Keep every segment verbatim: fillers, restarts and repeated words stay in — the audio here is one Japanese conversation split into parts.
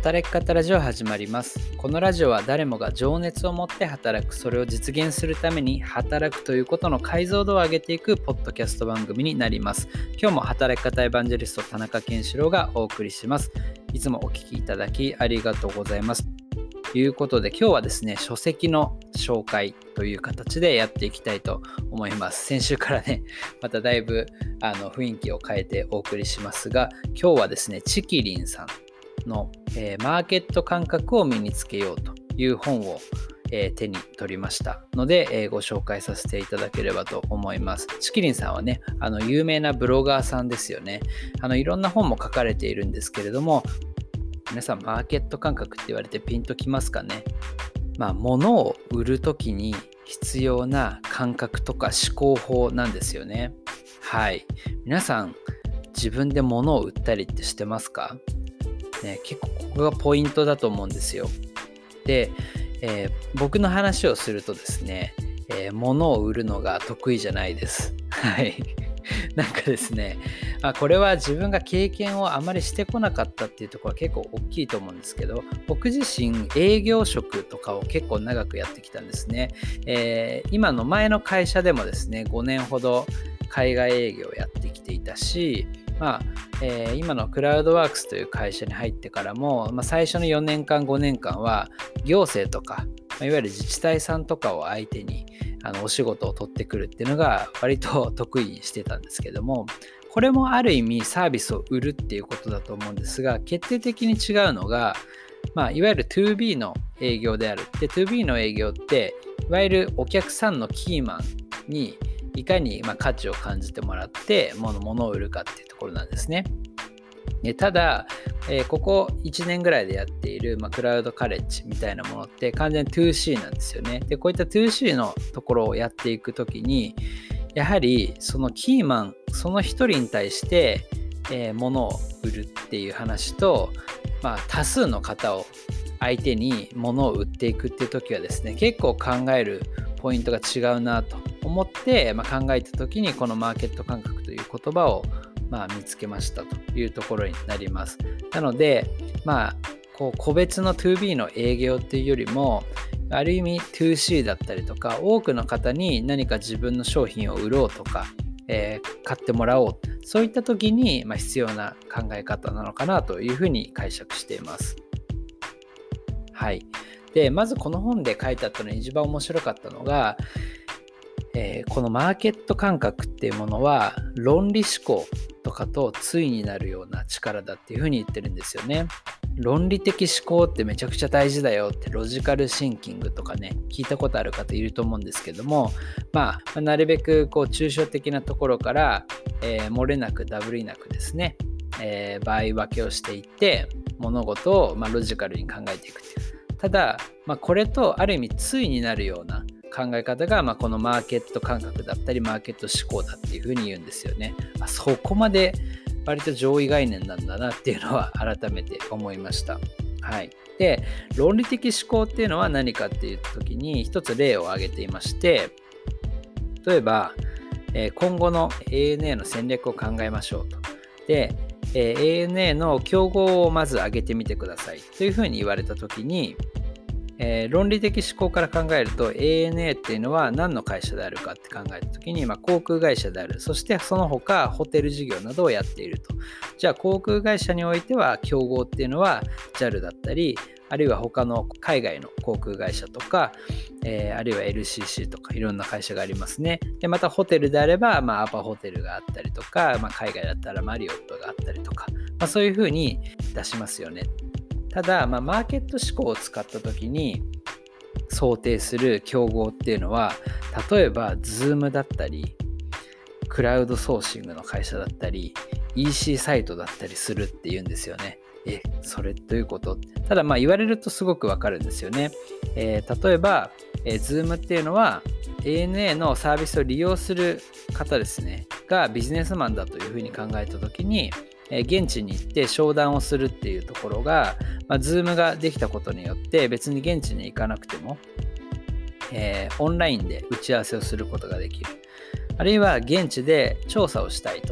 働き方ラジオ始まります。このラジオは誰もが情熱を持って働く、それを実現するために働くということの解像度を上げていくポッドキャスト番組になります。今日も働き方エヴァンジェリスト田中健志郎がお送りします。いつもお聞きいただきありがとうございます。ということで今日はですね、書籍の紹介という形でやっていきたいと思います。先週からね、まただいぶあの雰囲気を変えてお送りしますが、今日はですね、チキリンさんの、えー、マーケット感覚を身につけようという本を、えー、手に取りましたので、えー、ご紹介させていただければと思います。チキリンさんはね、あの有名なブロガーさんですよね。あのいろんな本も書かれているんですけれども、皆さんマーケット感覚って言われてピンときますかね。まあ物を売るときに必要な感覚とか思考法なんですよね。はい。皆さん自分で物を売ったりってしてますか？ね、結構ここがポイントだと思うんですよ。で、えー、僕の話をするとですね、えー、物を売るのが得意じゃないです。はい。なんかですね、まあ、これは自分が経験をあまりしてこなかったっていうところは結構大きいと思うんですけど、僕自身営業職とかを結構長くやってきたんですね。えー、今の前の会社でもですね、ごねんほど海外営業をやってきていたし、まあえー、今のクラウドワークスという会社に入ってからも、まあ、最初のよねんかんごねんかんは行政とか、まあ、いわゆる自治体さんとかを相手にあのお仕事を取ってくるっていうのが割と得意にしてたんですけども、これもある意味サービスを売るっていうことだと思うんですが、決定的に違うのが、まあ、いわゆる ツービー の営業である。で ツービー の営業っていわゆるお客さんのキーマンにいかにまあ価値を感じてもらって物を売るかっていうところなんですね。でただ、えー、ここいちねんぐらいでやっている、まあ、クラウドカレッジみたいなものって完全に ツーシー なんですよね。でこういった ツーシー のところをやっていくときに、やはりそのキーマンその一人に対して、えー、物を売るっていう話と、まあ、多数の方を相手に物を売っていくっていう時はですね、結構考えるポイントが違うなと思って、まあ、考えた時にこのマーケット感覚という言葉を、まあ、見つけましたというところになります。なので、まあ、こう個別の ツービー の営業っていうよりもある意味 ツーシー だったりとか、多くの方に何か自分の商品を売ろうとか、えー、買ってもらおう、そういった時に、まあ、必要な考え方なのかなというふうに解釈しています。はい。で、まずこの本で書いてあったのに一番面白かったのが、えー、このマーケット感覚っていうものは論理思考とかと対になるような力だっていうふうに言ってるんですよね。論理的思考ってめちゃくちゃ大事だよって、ロジカルシンキングとかね、聞いたことある方いると思うんですけども、まあ、なるべくこう抽象的なところから、えー、漏れなくダブりなくですね、えー、場合分けをしていって物事を、まあ、ロジカルに考えていくっていう。ただ、まあ、これとある意味対になるような考え方が、まあ、このマーケット感覚だったりマーケット思考だっていうふうに言うんですよね。あ、そこまで割と上位概念なんだなっていうのは改めて思いました。はい。で、論理的思考っていうのは何かっていう時に一つ例を挙げていまして、例えば、えー、今後の エーエヌエー の戦略を考えましょうと。で、えー、エーエヌエー の競合をまず挙げてみてくださいというふうに言われた時に、えー、論理的思考から考えると エーエヌエー っていうのは何の会社であるかって考えたときに、まあ、航空会社である。そしてその他ホテル事業などをやっていると。じゃあ航空会社においては競合っていうのは ジャル だったり、あるいは他の海外の航空会社とか、えー、あるいは エルシーシー とかいろんな会社がありますね。でまたホテルであれば、まあ、アパホテルがあったりとか、まあ、海外だったらマリオットがあったりとか、まあ、そういうふうに出しますよね。ただ、まあ、マーケット思考を使った時に想定する競合っていうのは、例えば Zoom だったりクラウドソーシングの会社だったり イーシー サイトだったりするっていうんですよね。え、それどういうこと？ただまあ言われるとすごくわかるんですよね。えー、例えば、えー、Zoom っていうのは エーエヌエー のサービスを利用する方ですねがビジネスマンだというふうに考えたときに、えー、現地に行って商談をするっていうところが、まあ、Zoom ができたことによって別に現地に行かなくても、えー、オンラインで打ち合わせをすることができる。あるいは現地で調査をしたいと。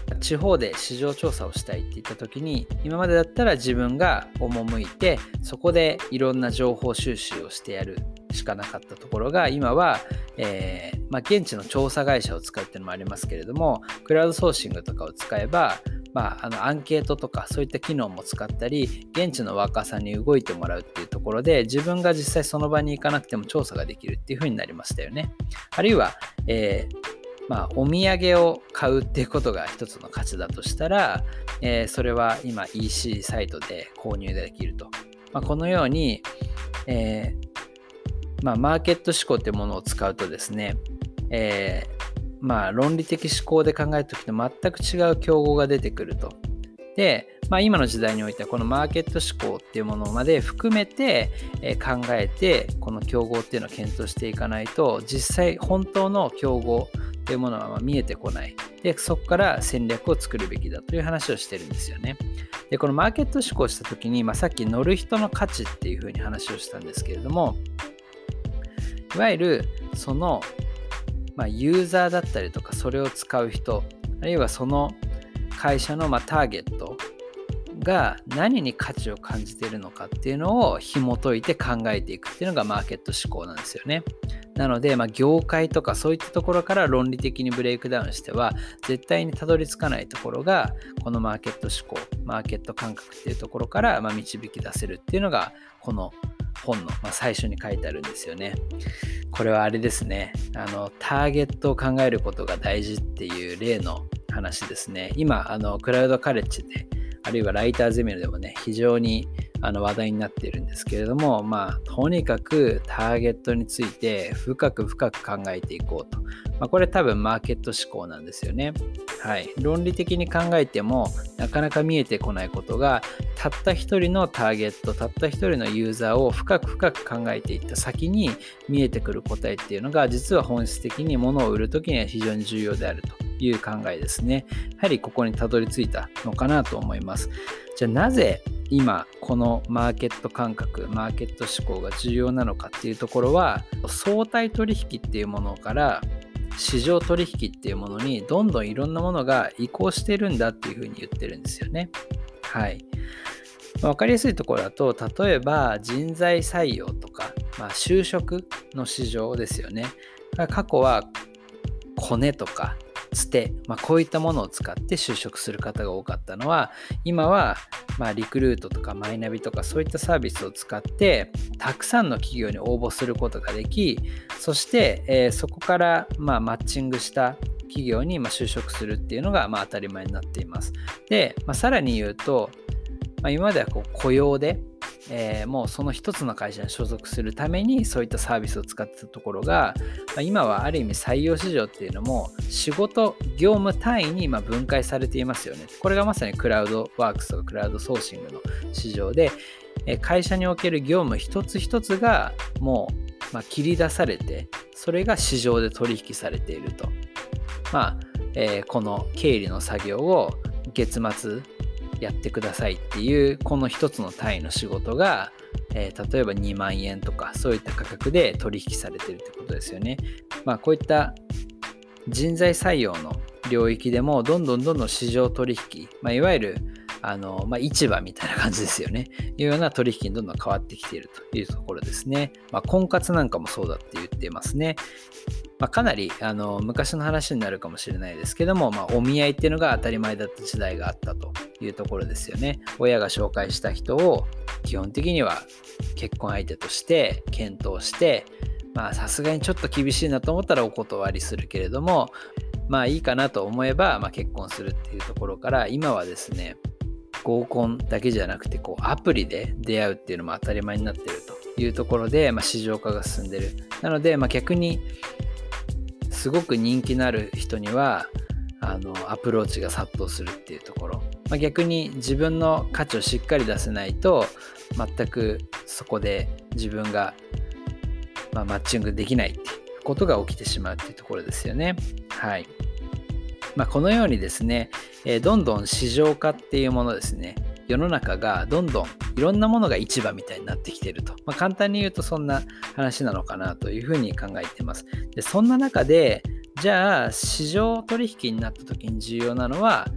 地方で市場調査をしたいって言った時に、今までだったら自分が赴いてそこでいろんな情報収集をしてやるしかなかったところが、今は、えーまあ、現地の調査会社を使うっていうのもありますけれども、クラウドソーシングとかを使えば、まあ、あのアンケートとかそういった機能も使ったり、現地のワーカーさんに動いてもらうっていうところで、自分が実際その場に行かなくても調査ができるっていう風になりましたよね。あるいは、えーまあ、お土産を買うっていうことが一つの価値だとしたら、えー、それは今 イーシー サイトで購入できると。まあ、このように、えーまあ、マーケット思考っていうものを使うとですね、えーまあ、論理的思考で考えるときと全く違う競合が出てくると。で、まあ、今の時代においてはこのマーケット思考っていうものまで含めて、えー、考えてこの競合っていうのを検討していかないと、実際本当の競合っていうものはまあ見えてこない。で、そこから戦略を作るべきだという話をしてるんですよね。で、このマーケット思考したときに、まあ、さっき乗る人の価値っていうふうに話をしたんですけれども、いわゆるその、まあ、ユーザーだったりとか、それを使う人、あるいはその会社のまあターゲットが何に価値を感じているのかっていうのを紐解いて考えていくっていうのがマーケット思考なんですよね。なので、まあ、業界とかそういったところから論理的にブレイクダウンしては絶対にたどり着かないところが、このマーケット思考、マーケット感覚っていうところからまあ導き出せるっていうのが、この本のまあ最初に書いてあるんですよね。これはあれですね、あのターゲットを考えることが大事っていう例の話ですね。今あのクラウドカレッジで、あるいはライターゼミでもね、非常にあの話題になっているんですけれども、まあとにかくターゲットについて深く深く考えていこうと。まあ、これ多分マーケット思考なんですよね。はい、論理的に考えてもなかなか見えてこないことが、たった一人のターゲット、たった一人のユーザーを深く深く考えていった先に見えてくる答えっていうのが、実は本質的に物を売るときには非常に重要であるという考えですね。やはりここにたどり着いたのかなと思います。じゃあなぜ今このマーケット感覚、マーケット思考が重要なのかっていうところは、相対取引っていうものから市場取引っていうものにどんどんいろんなものが移行してるんだっていうふうに言ってるんですよね。はい。わかりやすいところだと、例えば人材採用とか、まあ、就職の市場ですよね。過去はコネとかつて、まあ、こういったものを使って就職する方が多かったのは、今はまあリクルートとかマイナビとかそういったサービスを使ってたくさんの企業に応募することができ、そして、えー、そこからまあマッチングした企業にまあ就職するっていうのがまあ当たり前になっています。で、まあ、さらに言うと、まあ、今まではこう雇用で、えー、もうその一つの会社に所属するためにそういったサービスを使ってたところが、まあ、今はある意味採用市場っていうのも仕事業務単位にまあ分解されていますよね。これがまさにクラウドワークスとかクラウドソーシングの市場で、えー、会社における業務一つ一つがもうまあ切り出されて、それが市場で取引されていると。まあえー、この経理の作業を月末やってくださいっていうこの一つの単位の仕事が、えー、例えばにまんえんとかそういった価格で取引されているってことですよね。まあこういった人材採用の領域でもどんどんどんどん市場取引、まあ、いわゆるあの、まあ、市場みたいな感じですよね。いうような取引にどんどん変わってきているというところですね。まあ、婚活なんかもそうだって言っていますね。まあ、かなりあの昔の話になるかもしれないですけども、まあ、お見合いっていうのが当たり前だった時代があったというところですよね。親が紹介した人を基本的には結婚相手として検討して、まあさすがにちょっと厳しいなと思ったらお断りするけれども、まあいいかなと思えば、まあ、結婚するっていうところから、今はですね、合コンだけじゃなくてこうアプリで出会うっていうのも当たり前になっているというところで、まあ、市場化が進んでいる。なので、まあ、逆にすごく人気のある人にはあのアプローチが殺到するっていうところ、まあ、逆に自分の価値をしっかり出せないと全くそこで自分が、まあ、マッチングできないっていうことが起きてしまうっていうところですよね。はい。まあ、このようにですね、えー、どんどん市場化っていうものですね、世の中がどんどんいろんなものが市場みたいになってきていると、まあ、簡単に言うとそんな話なのかなというふうに考えています。で、そんな中でじゃあ市場取引になった時に重要なのは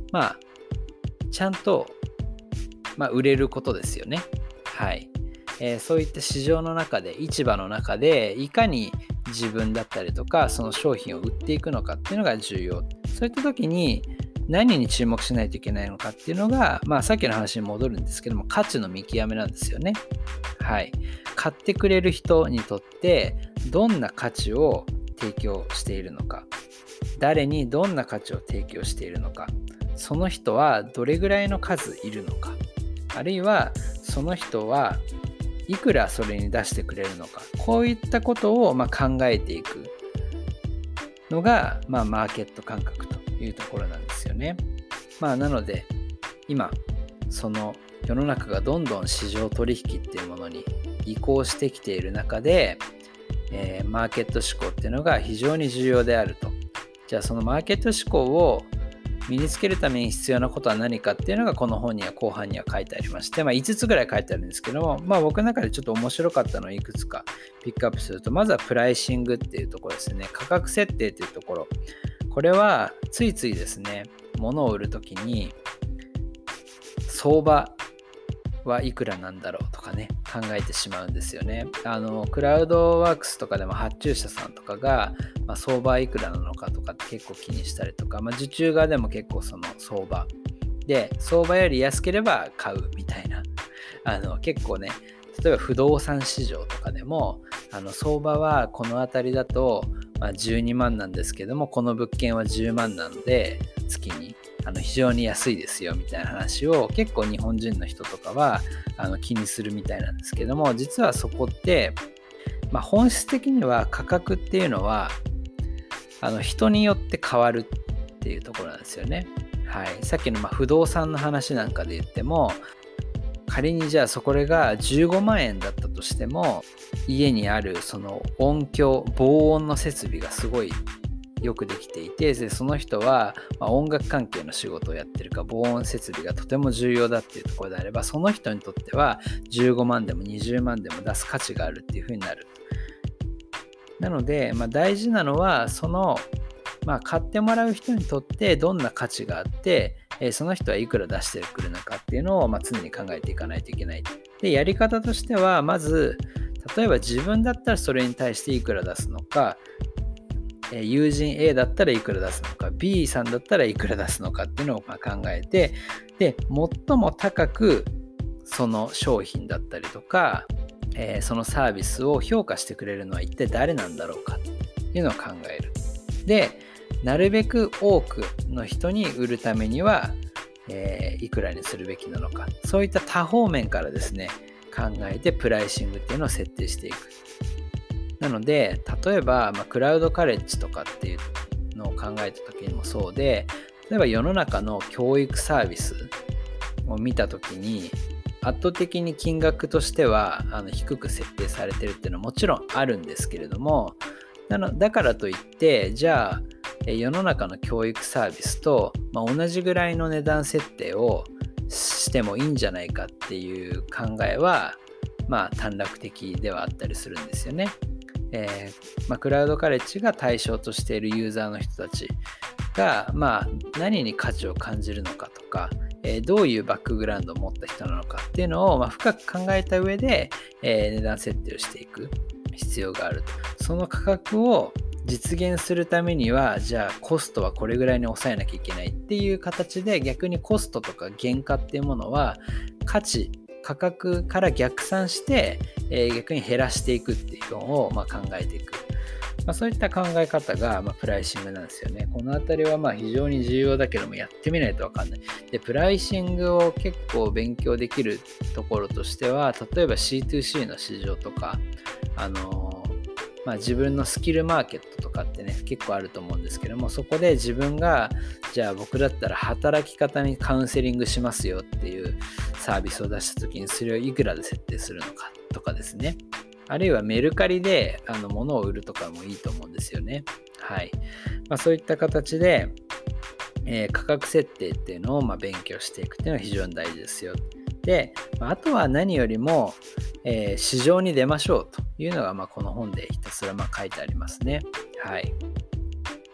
まあちゃんと、まあ、売れることですよね。はい、えーそういった市場の中で、市場の中でいかに自分だったりとかその商品を売っていくのかっていうのが重要。そういった時に何に注目しないといけないのかっていうのが、まあ、さっきの話に戻るんですけども、価値の見極めなんですよね。はい、買ってくれる人にとってどんな価値を提供しているのか、誰にどんな価値を提供しているのか、その人はどれぐらいの数いるのか、あるいはその人はいくらそれに出してくれるのか、こういったことをまあ考えていくのが、まあ、マーケット感覚というところなんですよね。まあ、なので今その世の中がどんどん市場取引っていうものに移行してきている中で、えーマーケット思考っていうのが非常に重要であると。じゃあそのマーケット思考を身につけるために必要なことは何かっていうのがこの本には後半には書いてありまして、まあ、いつつぐらい書いてあるんですけども、まあ、僕の中でちょっと面白かったのをいくつかピックアップすると、まずはプライシングっていうところですね。価格設定っていうところ、これはついついですね、物を売るときに相場はいくらなんだろうとかね、考えてしまうんですよね。あのクラウドワークスとかでも発注者さんとかが、まあ、相場はいくらなのかとかって結構気にしたりとか、まあ、受注側でも結構その相場で、相場より安ければ買うみたいな、あの結構ね、例えば不動産市場とかでも、あの相場はこの辺りだと、まあ、じゅうにまんなんですけども、この物件はじゅうまんなので月にあの非常に安いですよみたいな話を結構日本人の人とかはあの気にするみたいなんですけども、実はそこって、まあ、本質的には価格っていうのはあの人によって変わるっていうところなんですよね。はい、さっきのまあ不動産の話なんかで言っても、仮にじゃあそこがじゅうごまんえんだったとしても、家にあるその音響、防音の設備がすごいよくできていて、でその人はまあ音楽関係の仕事をやってるか、防音設備がとても重要だっていうところであれば、その人にとってはじゅうごまんでもにじゅうまんでも出す価値があるっていう風になる。なので、まあ、大事なのはその、まあ、買ってもらう人にとってどんな価値があって、えーその人はいくら出してくるのかっていうのを、まあ、常に考えていかないといけない。で、やり方としては、まず例えば自分だったらそれに対していくら出すのか、えー友人 A だったらいくら出すのか、 B さんだったらいくら出すのかっていうのをまあ考えて、で最も高くその商品だったりとか、えーそのサービスを評価してくれるのは一体誰なんだろうかというのを考える。で、なるべく多くの人に売るためには、えーいくらにするべきなのか、そういった多方面からですね考えてプライシングっていうのを設定していく。なので例えば、まあ、クラウドカレッジとかっていうのを考えた時にもそうで、例えば世の中の教育サービスを見た時に圧倒的に金額としてはあの低く設定されてるっていうのはもちろんあるんですけれども、なのだからといってじゃあえ世の中の教育サービスと、まあ、同じぐらいの値段設定をしてもいいんじゃないかっていう考えは、まあ、短絡的ではあったりするんですよね。えーまあ、クラウドカレッジが対象としているユーザーの人たちが、まあ、何に価値を感じるのかとか、えーどういうバックグラウンドを持った人なのかっていうのを、まあ、深く考えた上で、えー値段設定をしていく必要があると。その価格を実現するためには、じゃあコストはこれぐらいに抑えなきゃいけないっていう形で、逆にコストとか原価っていうものは価値、価格から逆算して、えー逆に減らしていくっていうのを、まあ、考えていく。まあ、そういった考え方が、まあ、プライシングなんですよね。このあたりはまあ非常に重要だけども、やってみないと分かんない。で、プライシングを結構勉強できるところとしては、例えば シーツーシー の市場とか、あのーまあ、自分のスキルマーケットとかってね、結構あると思うんですけども、そこで自分が、じゃあ僕だったら働き方にカウンセリングしますよっていうサービスを出した時に、それをいくらで設定するのかとかですね。あるいはメルカリであの物を売るとかもいいと思うんですよね。はい。まあ、そういった形で、えー価格設定っていうのをまあ勉強していくっていうのは非常に大事ですよ。で、あとは何よりも、えー市場に出ましょうというのがまあこの本でひたすらまあ書いてありますね。はい。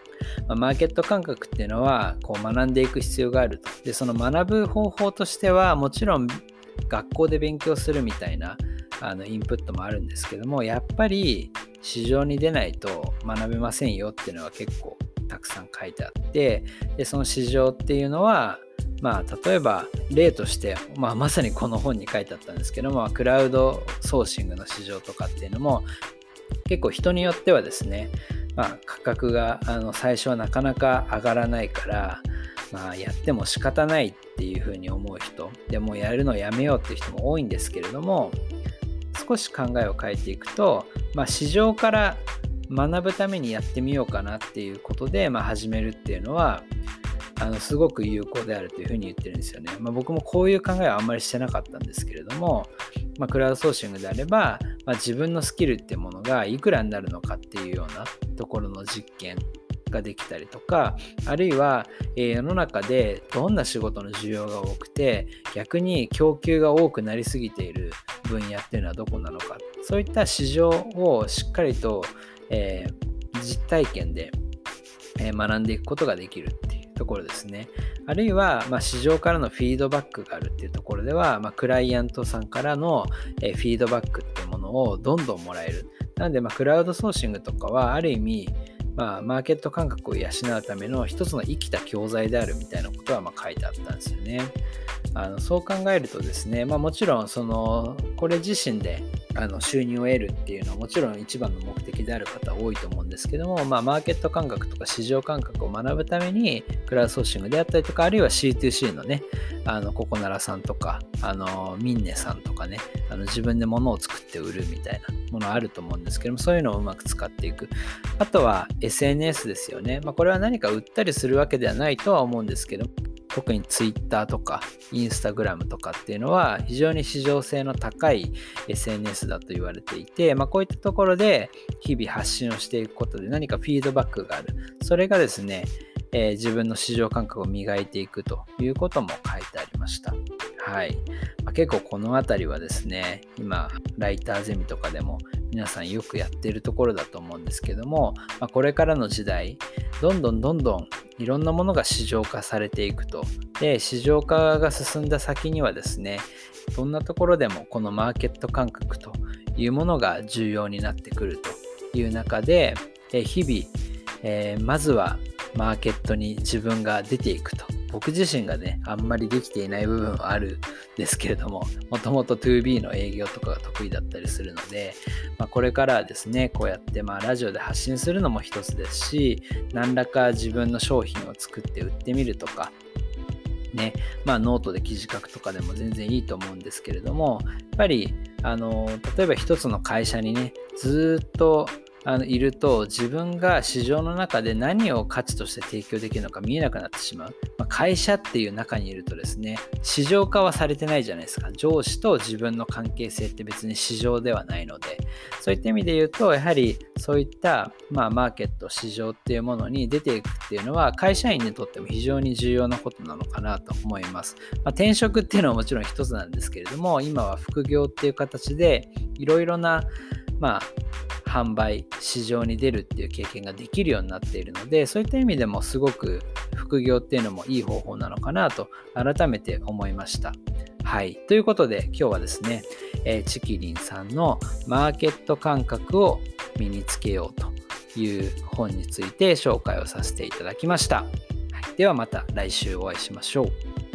まあ、マーケット感覚っていうのはこう学んでいく必要があると。で、その学ぶ方法としてはもちろん学校で勉強するみたいなあのインプットもあるんですけども、やっぱり市場に出ないと学べませんよっていうのは結構たくさん書いてあって、でその市場っていうのはまあ例えば例として、まあ、まさにこの本に書いてあったんですけども、クラウドソーシングの市場とかっていうのも結構人によってはですね、まあ、価格があの最初はなかなか上がらないから、まあ、やっても仕方ないっていうふうに思う人でもうやるのをやめようっていう人も多いんですけれども、少し考えを変えていくと、まあ、市場から学ぶためにやってみようかなっていうことで、まあ、始めるっていうのはあのすごく有効であるというふうに言ってるんですよね。まあ、僕もこういう考えはあんまりしてなかったんですけれども、まあ、クラウドソーシングであれば、まあ、自分のスキルっていうものがいくらになるのかっていうようなところの実験ができたりとか、あるいは、えー、世の中でどんな仕事の需要が多くて逆に供給が多くなりすぎている分野っていうのはどこなのか、そういった市場をしっかりと、えー、実体験で、えー、学んでいくことができるっていうところですね。あるいは、まあ、市場からのフィードバックがあるっていうところでは、まあ、クライアントさんからの、えー、フィードバックっていうものをどんどんもらえる。なので、まあ、クラウドソーシングとかはある意味まあ、マーケット感覚を養うための一つの生きた教材であるみたいなことはまあ書いてあったんですよね。あのそう考えるとですね、まあ、もちろんそのこれ自身であの収入を得るっていうのはもちろん一番の目的である方多いと思うんですけども、まあ、マーケット感覚とか市場感覚を学ぶためにクラウドソーシングであったりとか、あるいは シーツーシー のね、あのココナラさんとかあのミンネさんとかね、あの自分で物を作って売るみたいなものあると思うんですけども、そういうのをうまく使っていく。あとは エスエヌエス ですよね。まあ、これは何か売ったりするわけではないとは思うんですけど、特に Twitter とか Instagram とかっていうのは非常に市場性の高い エスエヌエス だと言われていて、まあ、こういったところで日々発信をしていくことで何かフィードバックがある。それがですね、えー、自分の市場感覚を磨いていくということも書いてありました。はい。まあ、結構このあたりはですね、今ライターゼミとかでも皆さんよくやっているところだと思うんですけども、まあ、これからの時代どんどんどんどんいろんなものが市場化されていくと。で、市場化が進んだ先にはですね、どんなところでもこのマーケット感覚というものが重要になってくるという中で、日々、えー、まずはマーケットに自分が出ていくと。僕自身がね、あんまりできていない部分はあるんですけれども、もともと ツービー の営業とかが得意だったりするので、まあ、これからはですね、こうやってまあラジオで発信するのも一つですし、何らか自分の商品を作って売ってみるとか、ね、まあノートで記事書くとかでも全然いいと思うんですけれども、やっぱりあの例えば一つの会社にね、ずっとあのいると自分が市場の中で何を価値として提供できるのか見えなくなってしまう。まあ、会社っていう中にいるとですね、市場化はされてないじゃないですか。上司と自分の関係性って別に市場ではないので、そういった意味で言うとやはりそういった、まあ、マーケット市場っていうものに出ていくっていうのは会社員にとっても非常に重要なことなのかなと思います。まあ、転職っていうのはもちろん一つなんですけれども、今は副業っていう形でいろいろなまあ販売、市場に出るっていう経験ができるようになっているので、そういった意味でもすごく副業っていうのもいい方法なのかなと改めて思いました。はい。ということで今日はですね、えー、チキリンさんのマーケット感覚を身につけようという本について紹介をさせていただきました。はい、ではまた来週お会いしましょう。